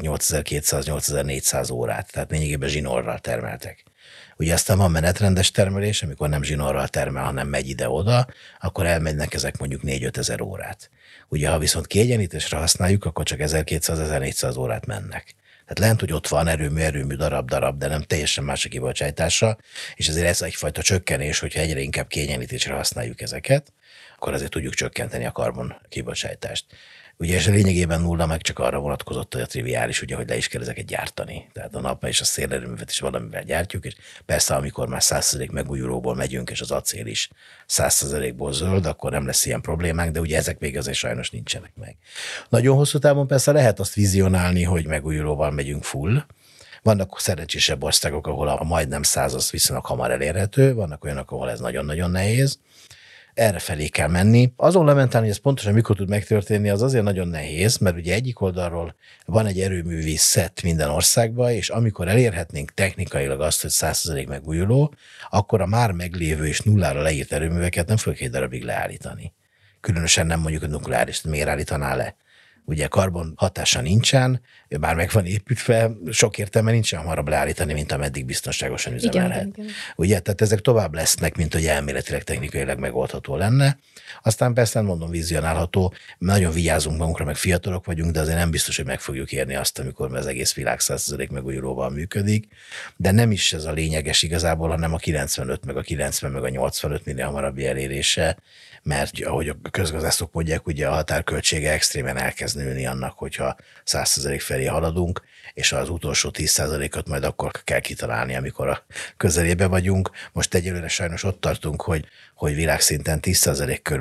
8200-8400 órát, tehát lényegében zsinórral termeltek. Ugye aztán van menetrendes termelés, amikor nem zsinórral termel, hanem megy ide-oda, akkor elmegynek ezek mondjuk 4-5 ezer órát. Ugye ha viszont kiegyenlítésre használjuk, akkor csak 1200-1400 órát mennek. Tehát lehet, hogy ott van erőmű, darab, de nem teljesen más a kibocsátása, és ezért ez egyfajta csökkenés, hogyha egyre inkább kiegyenlítésre használjuk ezeket, akkor azért tudjuk csökkenteni a karbon kibocsátást. Ugye és lényegében nulla meg csak arra vonatkozott, hogy a triviális, ugye, hogy le is kell ezeket gyártani. Tehát a nap és a szélerőművet is valamivel gyártjuk, és persze, amikor már 100% megújulóból megyünk, és az acél is 100%-ból zöld, akkor nem lesz ilyen problémánk, de ugye ezek még azért sajnos nincsenek meg. Nagyon hosszú távon persze lehet azt vizionálni, hogy megújulóval megyünk full. Vannak szerencsésebb országok, ahol a majdnem 100 az viszonylag hamar elérhető, vannak olyanok, ahol ez nagyon-nagyon nehéz. Erre felé kell menni. Azon lamentálni, hogy ez pontosan mikor tud megtörténni, az azért nagyon nehéz, mert ugye egyik oldalról van egy erőművi szett minden országban, és amikor elérhetnénk technikailag azt, hogy 100% megújuló, akkor a már meglévő és nullára leírt erőműveket nem fogjuk egy darabig leállítani. Különösen nem mondjuk a nukleáris, miért állítaná le? Ugye karbon hatása nincsen, bár meg van építve, sok értelme nincsen hamarabb leállítani, mint ameddig biztonságosan üzemelhet. Igen. Ugye, tehát ezek tovább lesznek, mint hogy elméletileg technikailag megoldható lenne. Aztán persze mondom, vizionálható, nagyon vigyázunk magunkra, meg fiatalok vagyunk, de azért nem biztos, hogy meg fogjuk érni azt, amikor az egész világ 100% megújulóval működik. De nem is ez a lényeges igazából, hanem a 95, meg a 90, meg a 85 minél hamarabbi elérése, mert ahogy a közgazdászok mondják, ugye a határköltsége extrémen elkezd nőni annak, hogyha 100% felé haladunk, és az utolsó 10%-ot majd akkor kell kitalálni, amikor a közelébe vagyunk. Most egyelőre sajnos ott tartunk, hogy világszinten 10% körüli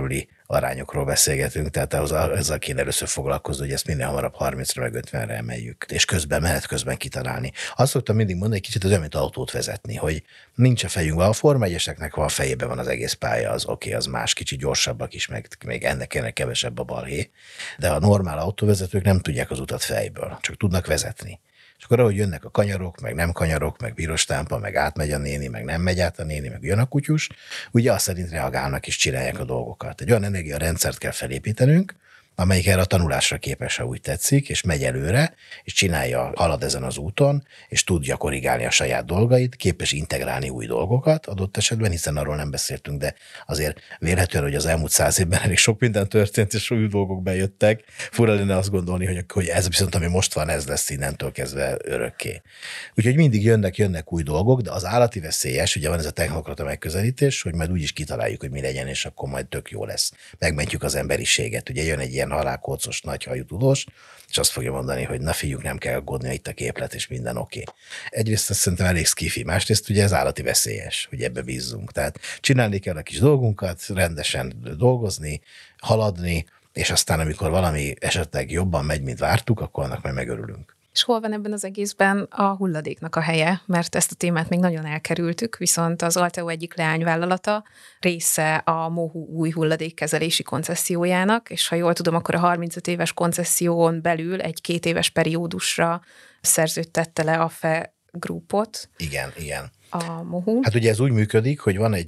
arányokról beszélgetünk, tehát ezzel kéne először foglalkozni, hogy ezt minél hamarabb 30-ra meg 50-re emeljük, és menet közben kitalálni. Azt szoktam mindig mondani, egy kicsit az olyan, mint autót vezetni, hogy nincs a fejünkben, a Forma 1-eseknek van, a fejében van az egész pálya, az oké, az más, kicsit gyorsabbak is, meg még ennek kevesebb a balhé, de a normál autóvezetők nem tudják az utat fejből, csak tudnak vezetni. És akkor ahogy jönnek a kanyarok, meg nem kanyarok, meg piros támpa, meg átmegy a néni, meg nem megy át a néni, meg jön a kutyus, ugye azt szerint reagálnak és csinálják a dolgokat. Egy olyan energiarendszert kell felépítenünk, amelyik erre a tanulásra képes, ha úgy tetszik, és megy előre, és csinálja, halad ezen az úton, és tudja korrigálni a saját dolgait, képes integrálni új dolgokat adott esetben, hiszen arról nem beszéltünk, de azért vélhetően, hogy az elmúlt 100 évben elég sok minden történt, és új dolgok bejöttek. Fura lenne azt gondolni, hogy ez viszont, ami most van, ez lesz innentől kezdve örökké. Úgyhogy mindig jönnek új dolgok, de az állati veszélyes, ugye van ez a technokrata megközelítés, hogy majd úgy is kitaláljuk, hogy mi legyen, és akkor majd tök jó lesz. Megmentjük az emberiséget. Ugye jön egy ilyen halálkócos, nagy hajú tudós, és azt fogja mondani, hogy na fiúk, nem kell aggódni, itt a képlet, és minden oké. Egyrészt azt szerintem elég skifi, másrészt ugye ez állati veszélyes, hogy ebbe bízzunk. Tehát csinálni kell a kis dolgunkat, rendesen dolgozni, haladni, és aztán amikor valami esetleg jobban megy, mint vártuk, akkor annak majd megörülünk. És hol van ebben az egészben a hulladéknak a helye? Mert ezt a témát még nagyon elkerültük, viszont az Alteo egyik leányvállalata része a MOHU új hulladékkezelési koncessziójának, és ha jól tudom, akkor a 35 éves koncesszión belül egy 2 éves periódusra szerződtette le a FE Groupot. Igen. A MOHU. Hát ugye ez úgy működik, hogy van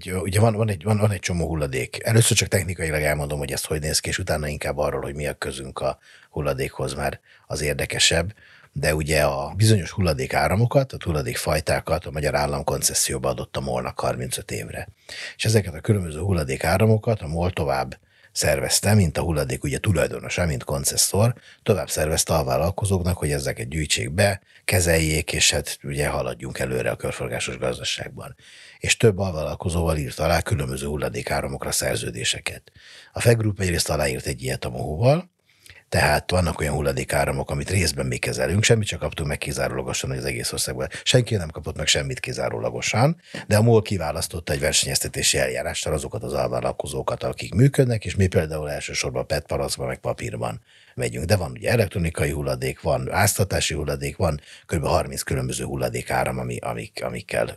egy csomó hulladék. Először csak technikailag elmondom, hogy ez hogy néz ki, és utána inkább arról, hogy mi a közünk a hulladékhoz, mert az érdekesebb. De ugye a bizonyos hulladékáramokat, a hulladékfajtákat a magyar állam koncesszióba adott a MOL-nak 35 évre. És ezeket a különböző hulladékáramokat a MOL tovább szervezte, mint a hulladék ugye tulajdonosa, mint koncesszor, tovább szervezte a vállalkozóknak, hogy ezeket gyűjtsék be, kezeljék, és hát ugye haladjunk előre a körforgásos gazdaságban. És több alvállalkozóval írt alá különböző hulladékáramokra szerződéseket. A FE Group egyrészt aláírt egy ilyet a MOHU-val, tehát vannak olyan hulladékáramok, amit részben mi kezelünk, semmit csak kaptunk meg kizárólagosan, hogy az egész országban senki nem kapott meg semmit kizárólagosan, de a MOL kiválasztotta egy versenyeztetési eljárással azokat az alvállalkozókat, akik működnek, és mi például elsősorban PET palackban, meg papírban megyünk. De van ugye elektronikai hulladék, van áztatási hulladék, van kb. 30 különböző hulladékáram, amikkel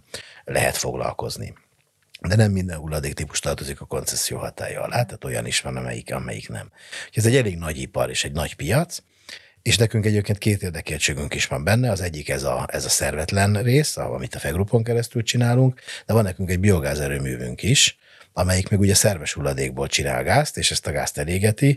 lehet foglalkozni. De nem minden hulladéktípus tartozik a koncesszió hatálya alá, tehát olyan is van, amelyik nem. Ez egy elég nagy ipar és egy nagy piac, és nekünk egyébként 2 érdekeltségünk is van benne, az egyik ez a szervetlen rész, amit a FE Groupon keresztül csinálunk, de van nekünk egy biogázerőművünk is, amelyik meg ugye szerves hulladékból csinál gázt, és ezt a gázt elégeti,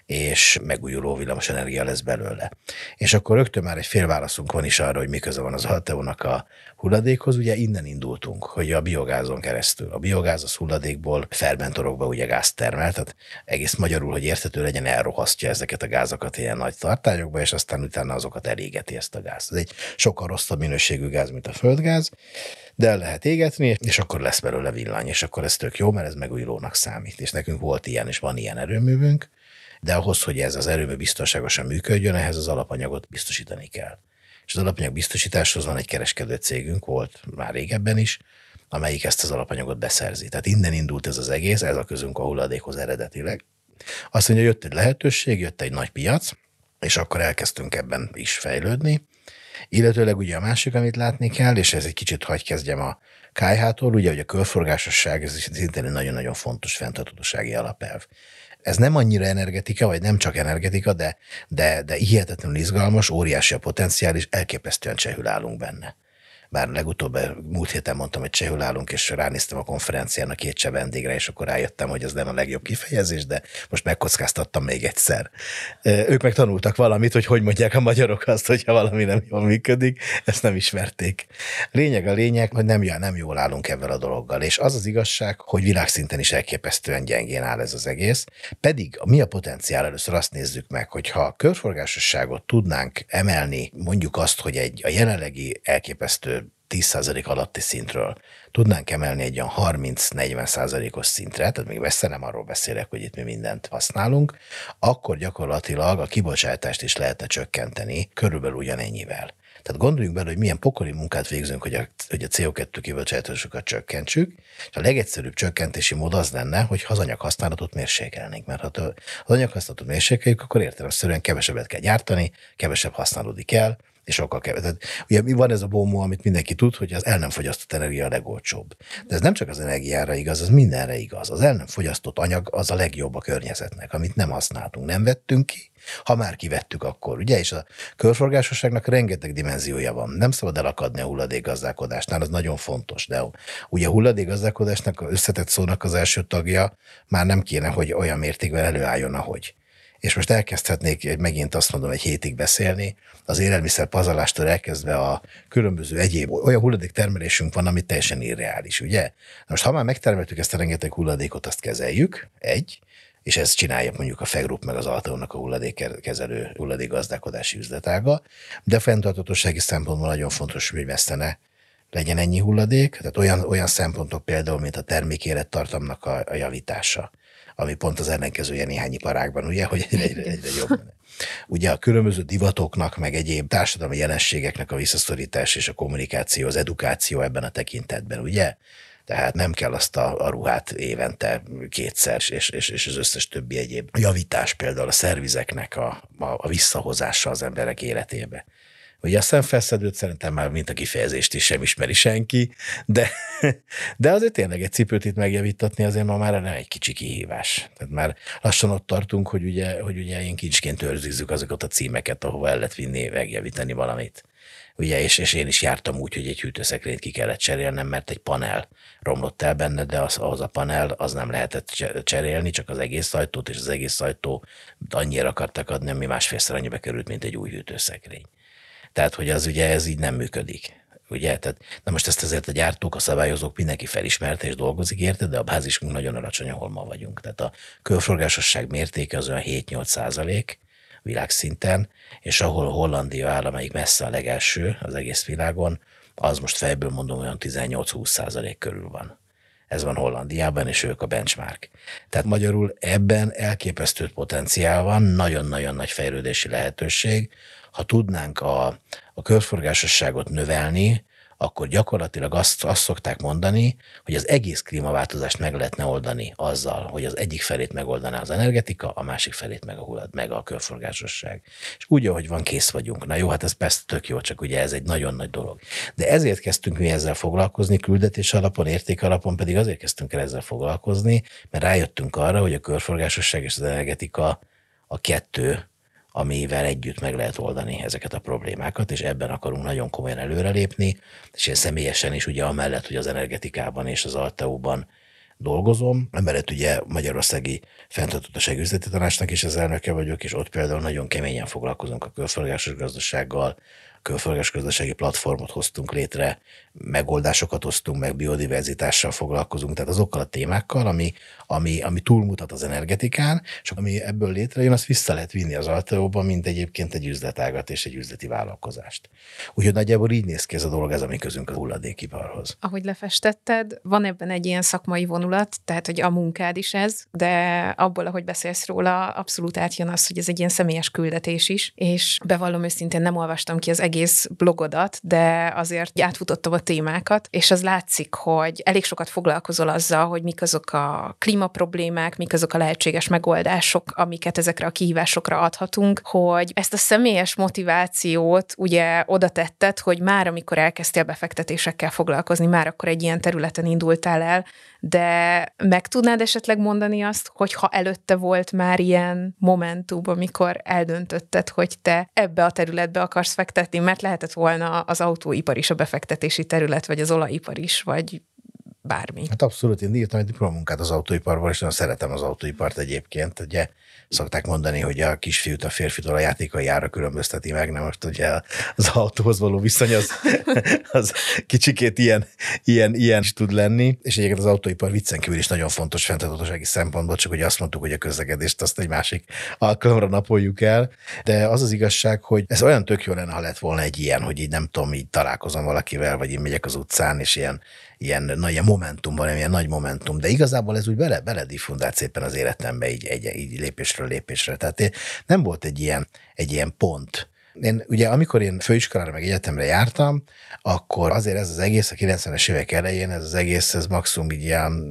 és megújuló villamosenergia lesz belőle. És akkor rögtön már egy fél válaszunk van is arra, hogy mi köze van az Alteo-nak a hulladékhoz. Ugye innen indultunk, hogy a biogázon keresztül. A biogáz az hulladékból fermentorokba ugye gázt termel, tehát egész magyarul, hogy érthető legyen, elrohasztja ezeket a gázokat ilyen nagy tartályokba, és aztán utána azokat elégeti ezt a gázt. Ez egy sokkal rosszabb minőségű gáz, mint a földgáz, de el lehet égetni, és akkor lesz belőle villany, és akkor ez tök jó, mert ez megújulónak számít. És nekünk volt ilyen, és van ilyen erőművünk, de ahhoz, hogy ez az erőmű biztonságosan működjön, ehhez az alapanyagot biztosítani kell. És az alapanyag biztosításhoz van egy kereskedő cégünk, volt már régebben is, amelyik ezt az alapanyagot beszerzi. Tehát innen indult ez az egész, ez a közünk a hulladékhoz eredetileg. Azt mondja, jött egy lehetőség, jött egy nagy piac, és akkor elkezdtünk ebben is fejlődni. Illetőleg ugye a másik, amit látni kell, és ez egy kicsit hagy kezdjem a KH-tól, ugye, hogy a körforgásosság, ez szintén egy nagyon-nagyon fontos fenntarthatósági alapelv. Ez nem annyira energetika, vagy nem csak energetika, de hihetetlenül izgalmas, óriási a potenciál, és elképesztően csehül állunk benne. Bár legutóbb múlt héten mondtam, hogy csehül állunk, és ránéztem a konferencián a 2 cseh vendégre, és akkor rájöttem, hogy ez nem a legjobb kifejezés, de most megkockáztattam még egyszer. Ők meg tanultak valamit, hogy mondják a magyarok azt, hogyha valami nem jól működik, ezt nem ismerték. A lényeg, hogy nem jól állunk ebben a dologgal, és az az igazság, hogy világszinten is elképesztően gyengén áll ez az egész. Pedig mi a potenciál, először azt nézzük meg, hogyha a körforgásosságot tudnánk emelni, mondjuk azt, hogy a jelenlegi elképesztő 10% alatti szintről tudnánk emelni egy olyan 30-40%-os szintre, tehát még messze nem arról beszélek, hogy itt mi mindent használunk, akkor gyakorlatilag a kibocsátást is lehetne csökkenteni körülbelül ugyanennyivel. Tehát gondoljunk bele, hogy milyen pokoli munkát végzünk, hogy a CO2 kibocsátásokat csökkentsük, és a legegyszerűbb csökkentési mód az lenne, hogy az anyaghasználatot mérsékelnénk, mert ha az anyaghasználatot mérsékeljük, akkor értelemszerűen kevesebbet kell gyártani, kevesebb használódik el, és sokkal kevesebb. Ugye van ez a BOMO, amit mindenki tud, hogy az el nem fogyasztott energia a legolcsóbb. De ez nem csak az energiára igaz, az mindenre igaz. Az el nem fogyasztott anyag az a legjobb a környezetnek, amit nem használtunk, nem vettünk ki. Ha már kivettük, akkor ugye, és a körforgásosságnak rengeteg dimenziója van. Nem szabad elakadni a hulladékgazdálkodásnál, az nagyon fontos, de ugye a hulladékgazdálkodásnak, összetett szónak az első tagja már nem kéne, hogy olyan mértékben előálljon, ahogy. És most elkezdhetnék megint azt mondom, egy hétig beszélni, az élelmiszer pazalástól elkezdve a különböző egyéb, olyan hulladéktermelésünk van, ami teljesen irreális, ugye? Most ha már megtermeltük ezt a rengeteg hulladékot, azt kezeljük, és ezt csinálja mondjuk a FEGRUP meg az Alteónak a hulladékkezelő, hulladékgazdálkodási üzletága, de fenntarthatósági szempontból nagyon fontos, hogy messze ne legyen ennyi hulladék, tehát olyan szempontok például, mint a termékélettartamnak a javítása, ami pont az ellenkezője néhány iparágban, ugye, hogy egyre jobb. Ugye a különböző divatoknak, meg egyéb társadalmi jelenségeknek a visszaszorítás és a kommunikáció, az edukáció ebben a tekintetben, ugye? Tehát nem kell azt a ruhát évente kétszer, és az összes többi egyéb javítás, például a szervizeknek a visszahozása az emberek életébe. Ugye a szemfelszedőt szerintem már mint a kifejezést is sem ismeri senki, de azért tényleg egy cipőt itt megjavítatni azért ma már nem egy kicsi kihívás. Tehát már lassan ott tartunk, hogy ugye ilyen kincsként őrzizzük azokat a címeket, ahova el lehet vinni, megjavítani valamit. Ugye, és én is jártam úgy, hogy egy hűtőszekrényt ki kellett cserélnem, mert egy panel romlott el benne, de ahhoz a panel az nem lehetett cserélni, csak az egész ajtót, és az egész ajtó annyira akartak adni, ami másfélszer annyiba került, mint egy új hűtőszekrény. Tehát, hogy az ugye ez így nem működik. Ugye? Tehát, na most ezt azért a gyártók, a szabályozók mindenki felismerte és dolgozik érte, de a bázisunk nagyon alacsony, ahol ma vagyunk. Tehát a körforgásosság mértéke az olyan 7-8% világszinten, és ahol Hollandia áll, amelyik messze a legelső az egész világon, az most fejből mondom olyan 18-20% körül van. Ez van Hollandiában, és ők a benchmark. Tehát magyarul ebben elképesztő potenciál van, nagyon-nagyon nagy fejlődési lehetőség. Ha tudnánk a körforgásosságot növelni, akkor gyakorlatilag azt szokták mondani, hogy az egész klímaváltozást meg lehetne oldani azzal, hogy az egyik felét megoldaná az energetika, a másik felét meg a körforgásosság. És úgy, ahogy van, kész vagyunk. Na jó, hát ez persze tök jó, csak ugye ez egy nagyon nagy dolog. De ezért kezdtünk mi ezzel foglalkozni, küldetés alapon, érték alapon pedig azért kezdtünk el ezzel foglalkozni, mert rájöttünk arra, hogy a körforgásosság és az energetika a kettő, amivel együtt meg lehet oldani ezeket a problémákat, és ebben akarunk nagyon komolyan előrelépni, és én személyesen is ugye amellett, hogy az energetikában és az Alteóban dolgozom, emellett ugye Magyarországi Fenntarthatósági Üzleti Tanácsnak is az elnöke vagyok, és ott például nagyon keményen foglalkozunk a körforgásos gazdasággal, körforgásos gazdasági platformot hoztunk létre, megoldásokat hoztunk meg, biodiverzitással foglalkozunk, tehát azokkal a témákkal, ami túlmutat az energetikán, és ami ebből létrejön, azt vissza lehet vinni az Alteóba, mint egyébként egy üzletágat és egy üzleti vállalkozást. Úgyhogy nagyjából így néz ki ez a dolog, ez a mi közünk a hulladékiparhoz. Ahogy lefestetted, van ebben egy ilyen szakmai vonulat, tehát hogy a munkád is ez, de abból, ahogy beszélsz róla, abszolút átjön az, hogy ez egy ilyen személyes küldetés is, és bevallom őszintén nem olvastam ki az egész blogodat, de azért átfutottam a témákat, és az látszik, hogy elég sokat foglalkozol azzal, hogy mik azok a klímaproblémák, mik azok a lehetséges megoldások, amiket ezekre a kihívásokra adhatunk, hogy ezt a személyes motivációt ugye oda tetted, hogy már amikor elkezdtél befektetésekkel foglalkozni, már akkor egy ilyen területen indultál el, de meg tudnád esetleg mondani azt, hogy ha előtte volt már ilyen momentum, amikor eldöntötted, hogy te ebbe a területbe akarsz fektetni, mert lehetett volna az autóipar is a befektetési terület, vagy az olajipar is, vagy bármi. Hát abszolút, én írtam egy diplomunkát az autóiparban, és nagyon szeretem az autóipart egyébként. Ugye szokták mondani, hogy a kisfiút a férfitől a játékai ára különbözteti meg, nem most ugye az autóhoz való viszony az kicsikét ilyen is tud lenni, és egyébként az autóipar viccen kívül is nagyon fontos fenntarthatósági szempontból, csak hogy azt mondtuk, hogy a közlekedést azt egy másik alkalomra napoljuk el, de az az igazság, hogy ez olyan tök jó lenne, ha lett volna egy ilyen, hogy így nem tudom, így találkozom valakivel, vagy én megyek az utcán, és ilyen momentum van, ilyen nagy momentum, de igazából ez úgy belediffundált szépen az életembe így lépésről lépésre. Tehát nem volt egy ilyen pont, Amikor én főiskolára meg egyetemre jártam, akkor azért ez az egész a 90-es évek elején, ez maximum így ilyen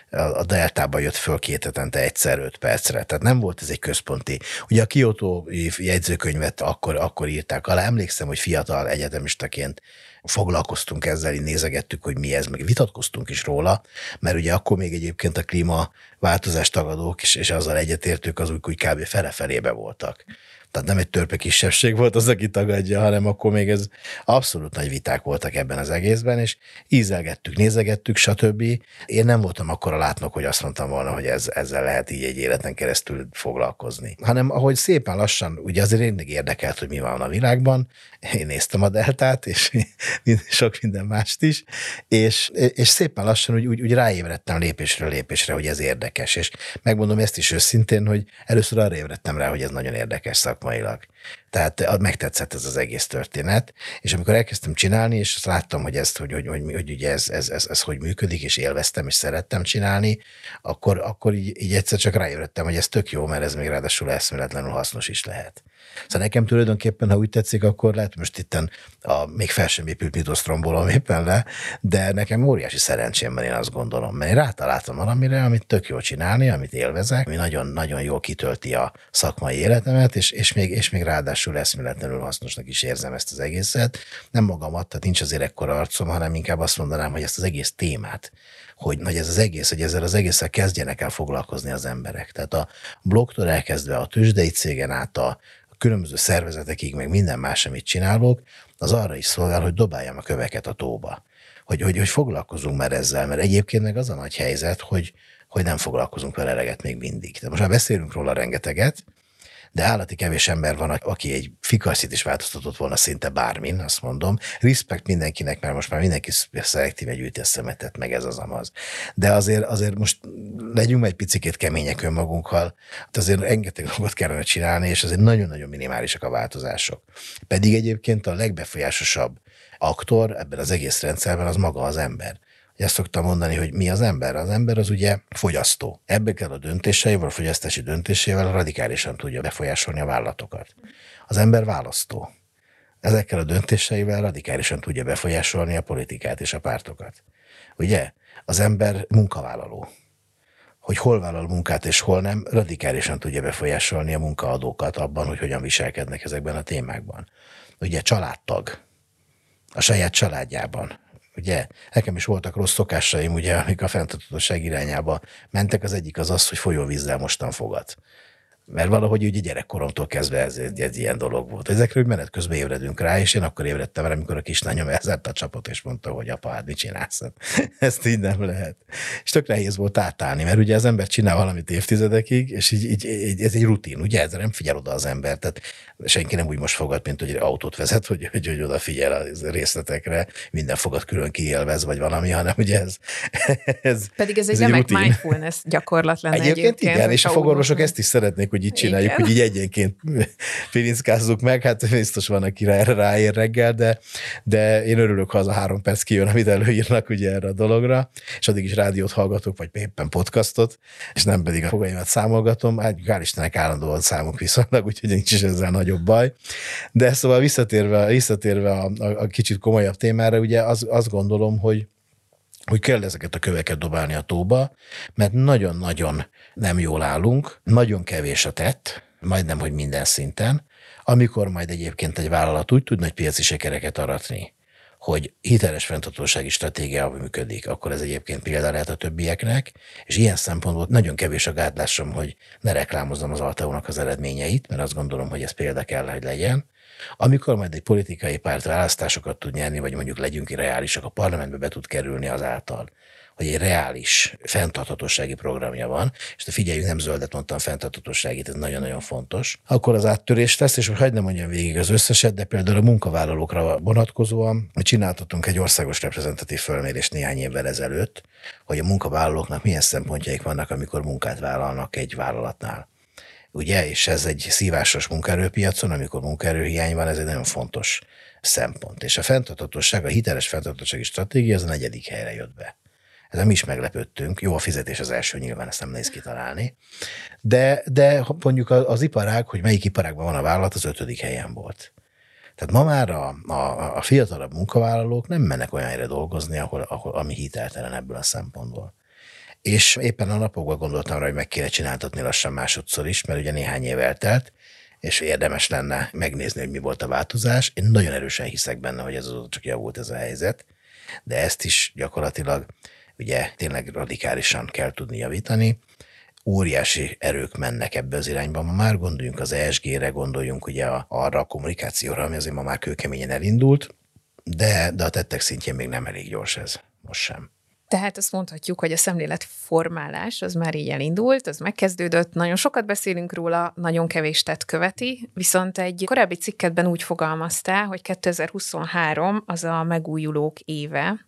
a deltában jött föl 2 hetente egyszer 5 percre. Tehát nem volt ez egy központi. Ugye a Kiotói jegyzőkönyvet akkor írták alá. Emlékszem, hogy fiatal egyetemistaként foglalkoztunk ezzel, így nézegettük, hogy mi ez, meg vitatkoztunk is róla, mert ugye akkor még egyébként a klímaváltozás tagadók és azzal egyetértők az úgy kb. Fele-felébe voltak. Tehát nem egy törpe kisebbség volt az, aki tagadja, hanem akkor még ez abszolút nagy viták voltak ebben az egészben, és ízelgettük, nézegettük, stb. Én nem voltam akkora látnok, hogy azt mondtam volna, hogy ezzel lehet így egy életen keresztül foglalkozni. Hanem ahogy szépen lassan, ugye azért mindig érdekelt, hogy mi van a világban, én néztem a deltát, és sok minden mást is, és szépen lassan úgy ráébredtem lépésről lépésre, hogy ez érdekes, és megmondom ezt is őszintén, hogy először arra ébredtem rá, hogy ez nagyon érdekes szakmailag. Tehát megtetszett ez az egész történet, és amikor elkezdtem csinálni, és azt láttam, hogy ugye ez hogy működik, és élveztem, és szerettem csinálni, akkor így egyszer csak ráébredtem, hogy ez tök jó, mert ez még ráadásul eszméletlenül hasznos is lehet. Szóval nekem tulajdonképpen, ha úgy tetszik, akkor lehet, most itten még fel sem épült mitosztrombolom éppen le, de nekem óriási szerencsém van, én azt gondolom, mert én rátaláltam valamire, amit tök jól csinálni, amit élvezek, ami nagyon-nagyon jól kitölti a szakmai életemet, és még ráadásul eszméletlenül hasznosnak is érzem ezt az egészet. Nem magamat, tehát nincs azért ekkora arcom, hanem inkább azt mondanám, hogy ezt az egész témát, hogy ez az egész, hogy ezzel az egésszel kezdjenek el foglalkozni az emberek. Tehát a blogtól elkezdve a tőzsdei cégen át a különböző szervezetekig, meg minden más, amit csinálok, az arra is szolgál, hogy dobáljam a köveket a tóba. Hogy foglalkozunk már ezzel, mert egyébként meg az a nagy helyzet, hogy nem foglalkozunk vele eleget még mindig. De most már beszélünk róla rengeteget, de állati kevés ember van, aki egy fikarszit is változtatott volna szinte bármin, azt mondom. Respekt mindenkinek, mert most már mindenki szelektíve gyűjti a szemetet, meg ez az amaz. De azért most legyünk egy picikét kemények önmagunkkal, azért rengeteg dolgot kellene csinálni, és azért nagyon-nagyon minimálisak a változások. Pedig egyébként a legbefolyásosabb aktor ebben az egész rendszerben az maga az ember. Ezt szoktam mondani, hogy mi az ember? Az ember az ugye fogyasztó. Ebben kell a döntéseivel, a fogyasztási döntésével radikálisan tudja befolyásolni a vállalatokat. Az ember választó. Ezekkel a döntéseivel radikálisan tudja befolyásolni a politikát és a pártokat. Ugye? Az ember munkavállaló. Hogy hol vállal munkát és hol nem, radikálisan tudja befolyásolni a munkaadókat abban, hogy hogyan viselkednek ezekben a témákban. Ugye családtag. A saját családjában. Ugye, nekem is voltak rossz szokásaim, ugye, amik a fenntarthatóság irányába mentek. Az egyik az, hogy folyóvízzel mostam fogat. Mert valahogy ugye gyerekkoromtól kezdve ez egy ilyen dolog volt. Ezekről menet közben ébredünk rá, és én akkor ébredtem rá, amikor a kislányom elzárta a csapot, és mondta, hogy apa, hát mit csinálsz? Ezt így nem lehet. És tök nehéz volt átállni, mert ugye az ember csinál valamit évtizedekig, és így ez egy rutin, ugye, ezzel nem figyel oda az ember. Tehát senki nem úgy most fogad, mint hogy autót vezet, hogy odafigyel a részletekre, minden fogad külön kiélvez, vagy valami, hanem ugye ez pedig ez egy remek mindfulness gyakorlat lenne egyébként. Igen, és a fogorvosok ezt is szeretnék, hogy így csináljuk, igen, hogy így egyenként filinszkázzuk meg, hát biztos van, aki erre ráér reggel, de én örülök, ha az a 3 perc kijön, amit előírnak ugye erre a dologra, és addig is rádiót hallgatok, vagy éppen podcastot, és nem pedig a fogaimat számolgatom, hát hál' Istennek állandóan számunk viszonylag, úgyhogy nincs is ezzel nagyobb baj. De szóval visszatérve a kicsit komolyabb témára, ugye azt gondolom, hogy kell ezeket a köveket dobálni a tóba, mert nagyon-nagyon nem jól állunk, nagyon kevés a tett, majdnem, hogy minden szinten, amikor majd egyébként egy vállalat úgy tud nagy piaci sikereket aratni, hogy hiteles fenntarthatósági stratégiával működik, akkor ez egyébként példa lehet a többieknek, és ilyen szempontból nagyon kevés a gátlásom, hogy ne reklámozzam az Alteo-nak az eredményeit, mert azt gondolom, hogy ez példa kell, hogy legyen. Amikor majd egy politikai párt választásokat tud nyerni, vagy mondjuk legyünk reálisak, a parlamentbe be tud kerülni azáltal, hogy egy reális fenntarthatósági programja van, és figyeljünk, nem zöldet mondtam, fenntarthatóságit, ez nagyon-nagyon fontos, akkor az áttörés lesz, és hagyd ne mondjam végig az összeset, de például a munkavállalókra vonatkozóan csináltatunk egy országos reprezentatív fölmérést néhány évvel ezelőtt, hogy a munkavállalóknak milyen szempontjaik vannak, amikor munkát vállalnak egy vállalatnál. Ugye, és ez egy szívásos munkaerőpiacon, amikor munkaerőhiány van, ez egy nagyon fontos szempont. És a fenntarthatóság, a hiteles fenntarthatósági stratégia az a 4. helyre jött be. Ezen mi is meglepődtünk. Jó, a fizetés az első, nyilván ezt nem nehéz kitalálni. De mondjuk az iparág, hogy melyik iparágban van a vállalat, az 5. helyen volt. Tehát ma már a fiatalabb munkavállalók nem mennek olyan helyre dolgozni, ami hiteltelen ebből a szempontból. És éppen a napokban gondoltam rá, hogy meg kéne csináltatni lassan másodszor is, mert ugye néhány év eltelt, és érdemes lenne megnézni, hogy mi volt a változás. Én nagyon erősen hiszek benne, hogy ez azóta csak javult ez a helyzet, de ezt is gyakorlatilag ugye tényleg radikálisan kell tudni javítani. Óriási erők mennek ebbe az irányba. Ma már gondoljunk az ESG-re, gondoljunk ugye arra a kommunikációra, ami azért ma már kőkeményen elindult, de a tettek szintjén még nem elég gyors ez, most sem. Tehát azt mondhatjuk, hogy a szemléletformálás az már így elindult, az megkezdődött, nagyon sokat beszélünk róla, nagyon kevés tett követi, viszont egy korábbi cikketben úgy fogalmaztál, hogy 2023 az a megújulók éve,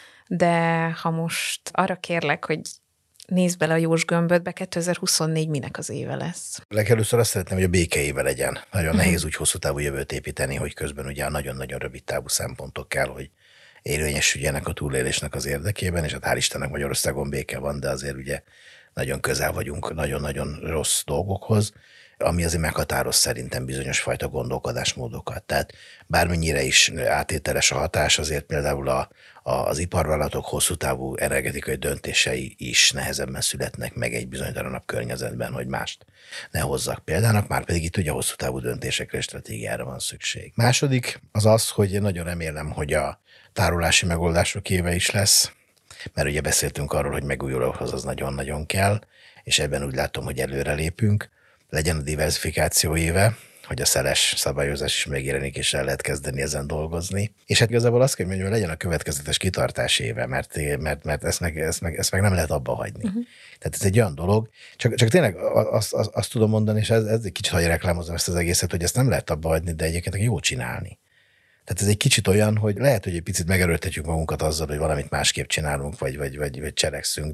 de ha most arra kérlek, hogy nézd bele a Jós gömbödbe, 2024 minek az éve lesz? Legelőször azt szeretném, hogy a béke éve legyen. Nagyon nehéz úgy hosszú távú jövőt építeni, hogy közben ugye a nagyon-nagyon rövid távú szempontok kell, hogy érvényesüljenek a túlélésnek az érdekében, és hát hál' Istennek Magyarországon béke van, de azért ugye nagyon közel vagyunk nagyon-nagyon rossz dolgokhoz, ami azért meghatároz szerintem bizonyos fajta gondolkodásmódokat. Tehát bármennyire is áttételes a hatás, azért például az iparvállalatok hosszú távú energetikai döntései is nehezebben születnek meg egy bizonytalanabb környezetben, hogy mást ne hozzak példának, már pedig itt ugye hosszú távú döntésekre és stratégiára van szükség. Második az, hogy én nagyon remélem, hogy a tárolási megoldások éve is lesz, mert ugye beszéltünk arról, hogy megújulóhoz az nagyon-nagyon kell, és ebben úgy látom, hogy előrelépünk. Legyen a diversifikáció éve, hogy a szeles szabályozás is megjelenik, és el lehet kezdeni ezen dolgozni. És hát igazából azt kell mondjam, hogy legyen a következetes kitartás éve, mert ezt meg nem lehet abba hagyni. Tehát ez egy olyan dolog, csak tényleg azt tudom mondani, és ez egy kicsit, hogy reklámozom ezt az egészet, hogy ezt nem lehet abba hagyni, de egyébként jó csinálni. Tehát ez egy kicsit olyan, hogy lehet, hogy egy picit megerőltetjük magunkat azzal, hogy valamit másképp csinálunk, vagy cselekszünk,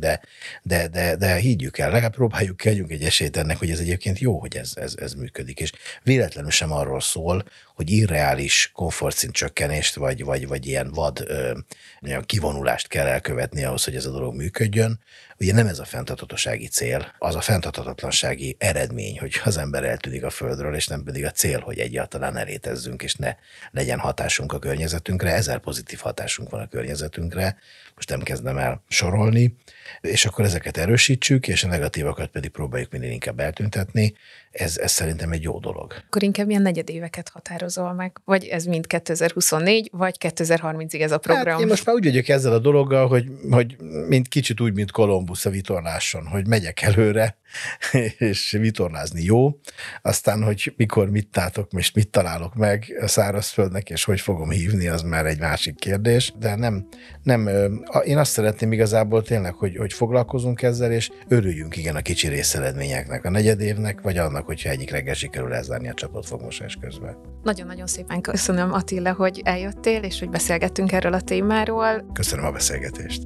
de higgyük el, legalább próbáljuk ki, adjunk egy esélyt ennek, hogy ez egyébként jó, hogy ez működik. És véletlenül sem arról szól, hogy irreális komfortszint csökkenést, vagy ilyen vad kivonulást kell elkövetni ahhoz, hogy ez a dolog működjön. Ugye nem ez a fenntarthatósági cél, az a fenntarthatatlansági eredmény, hogy az ember eltűnik a földről, és nem pedig a cél, hogy egyáltalán ne létezzünk, és ne legyen hatásunk a környezetünkre. 1000 pozitív hatásunk van a környezetünkre, most nem kezdem el sorolni, és akkor ezeket erősítsük, és a negatívakat pedig próbáljuk minél inkább eltüntetni. Ez szerintem egy jó dolog. Akkor inkább ilyen negyedéveket határozol meg? Vagy ez mind 2024, vagy 2030-ig ez a program? Hát én most már úgy vagyok ezzel a dologgal, hogy kicsit úgy, mint Kolumbusz a vitorláson, hogy megyek előre, és vitorlázni jó. Aztán, hogy mikor mit látok, és mit találok meg a szárazföldnek, és hogy fogom hívni, az már egy másik kérdés. De nem én azt szeretném igazából tényleg, hogy foglalkozunk ezzel, és örüljünk igen a kicsi részeredményeknek, a negyedévnek, vagy annak, hogyha egyik reggel sikerül lezárni a csapatfogmosás közben. Nagyon-nagyon szépen köszönöm, Attila, hogy eljöttél, és hogy beszélgettünk erről a témáról. Köszönöm a beszélgetést.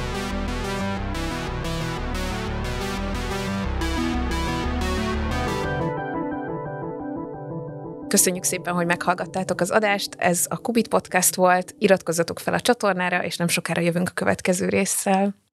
Köszönjük szépen, hogy meghallgattátok az adást. Ez a Kubit Podcast volt. Iratkozzatok fel a csatornára, és nem sokára jövünk a következő résszel.